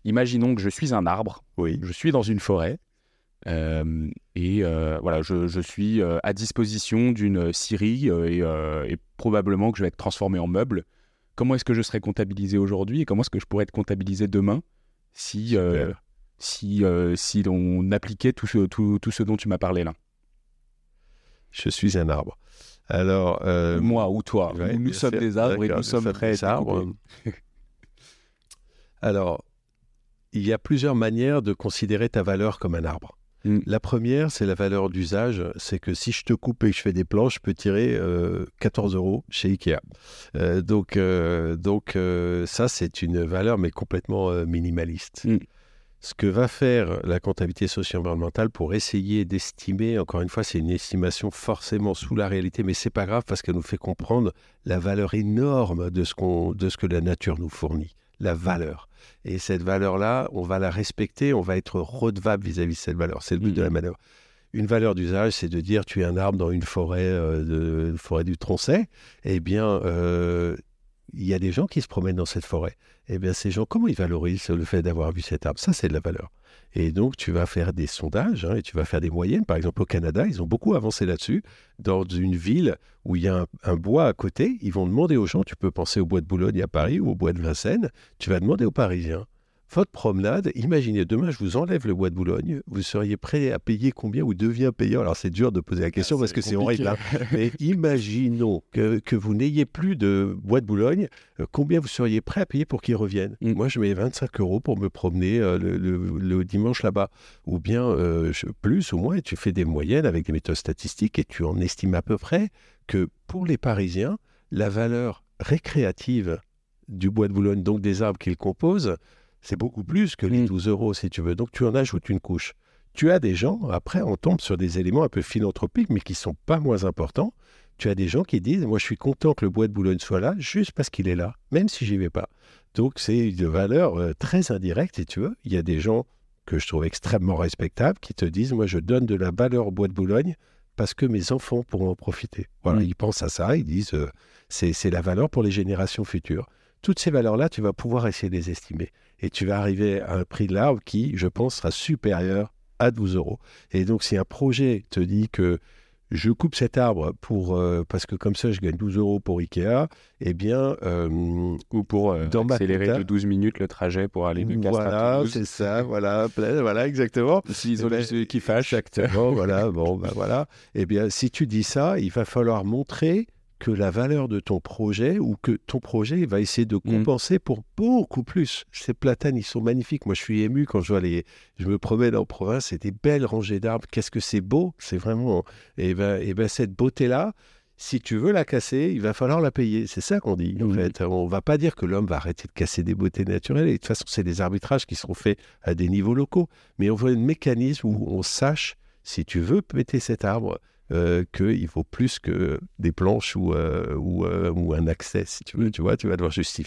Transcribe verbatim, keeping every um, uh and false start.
imaginons que je suis un arbre, Oui. je suis dans une forêt, euh, et euh, voilà, je, je suis euh, à disposition d'une scierie euh, et, euh, et probablement que je vais être transformé en meuble. Comment est-ce que je serai comptabilisé aujourd'hui et comment est-ce que je pourrais être comptabilisé demain si, euh, si, euh, si on appliquait tout ce, tout, tout ce dont tu m'as parlé là? Je suis un arbre. Alors, euh, Moi ou toi, ouais, ou nous bien sommes sûr. des arbres et D'accord, nous nous sommes sommes prêts à des être arbres. découpés. Alors, il y a plusieurs manières de considérer ta valeur comme un arbre. Mm. La première, c'est la valeur d'usage. C'est que si je te coupe et que je fais des planches, je peux tirer euh, quatorze euros chez Ikea. Euh, donc, euh, donc euh, ça, c'est une valeur, mais complètement euh, minimaliste. Mm. Ce que va faire la comptabilité socio-environnementale pour essayer d'estimer, encore une fois, c'est une estimation forcément sous la réalité, mais c'est pas grave parce qu'elle nous fait comprendre la valeur énorme de ce, qu'on, de ce que la nature nous fournit, la valeur. Et cette valeur-là, on va la respecter, on va être redevable vis-à-vis de cette valeur. C'est le but Mmh. de la manœuvre. Une valeur d'usage, c'est de dire tu es un arbre dans une forêt, euh, de, une forêt du Troncet. Eh bien, euh, il y a des gens qui se promènent dans cette forêt. Eh bien, ces gens, comment ils valorisent le fait d'avoir vu cet arbre? Ça, c'est de la valeur. Et donc, tu vas faire des sondages hein, et tu vas faire des moyennes. Par exemple, au Canada, ils ont beaucoup avancé là-dessus. Dans une ville où il y a un, un bois à côté, ils vont demander aux gens, tu peux penser au bois de Boulogne à Paris ou au bois de Vincennes, tu vas demander aux Parisiens, votre promenade, imaginez, demain, je vous enlève le bois de Boulogne, vous seriez prêt à payer combien ou devient payant? Alors, c'est dur de poser la question Ah, parce c'est que c'est compliqué. horrible. Hein. Mais imaginons que, que vous n'ayez plus de bois de Boulogne, euh, combien vous seriez prêt à payer pour qu'il revienne? Mm. Moi, je mets vingt-cinq euros pour me promener euh, le, le- le dimanche là-bas. Ou bien euh, je- plus ou moins, et tu fais des moyennes avec des méthodes statistiques et tu en estimes à peu près que pour les Parisiens, la valeur récréative du bois de Boulogne, donc des arbres qu'il compose, c'est beaucoup plus que les Mm. douze euros, si tu veux. Donc, tu en ajoutes une couche. Tu as des gens, après, on tombe sur des éléments un peu philanthropiques, mais qui ne sont pas moins importants. Tu as des gens qui disent, moi, je suis content que le bois de Boulogne soit là, juste parce qu'il est là, même si j'y vais pas. Donc, c'est une valeur euh, très indirecte, si tu veux. Il y a des gens que je trouve extrêmement respectables qui te disent, moi, je donne de la valeur au bois de Boulogne parce que mes enfants pourront en profiter. Voilà, Mm. ils pensent à ça, ils disent, euh, c'est, c'est la valeur pour les générations futures. Toutes ces valeurs-là, tu vas pouvoir essayer de les estimer. Et tu vas arriver à un prix de l'arbre qui, je pense, sera supérieur à douze euros. Et donc, si un projet te dit que je coupe cet arbre pour, euh, parce que comme ça, je gagne douze euros pour Ikea, eh bien, euh, Ou pour euh, dans ma accélérer compta- de douze minutes le trajet pour aller de Castres à voilà, Toulouse. c'est ça, voilà, plein- voilà, exactement. S'ils ont Eh ben, juste qui fâchent. Exactement, voilà, bon, ben voilà. Eh bien, si tu dis ça, il va falloir montrer que la valeur de ton projet ou que ton projet va essayer de compenser pour beaucoup plus. Ces platanes, ils sont magnifiques. Moi, je suis ému quand je vois les... Je me promène en province, c'est des belles rangées d'arbres. Qu'est-ce que c'est beau! C'est vraiment... Et ben, et ben cette beauté-là, si tu veux la casser, il va falloir la payer. C'est ça qu'on dit, en Mhm. fait. On ne va pas dire que l'homme va arrêter de casser des beautés naturelles. Et de toute façon, c'est des arbitrages qui seront faits à des niveaux locaux. Mais on veut un mécanisme où on sache, si tu veux péter cet arbre, euh, qu'il vaut plus que des planches ou, euh, ou, euh, ou un accès, si tu veux. Tu vois, tu vas devoir justifier.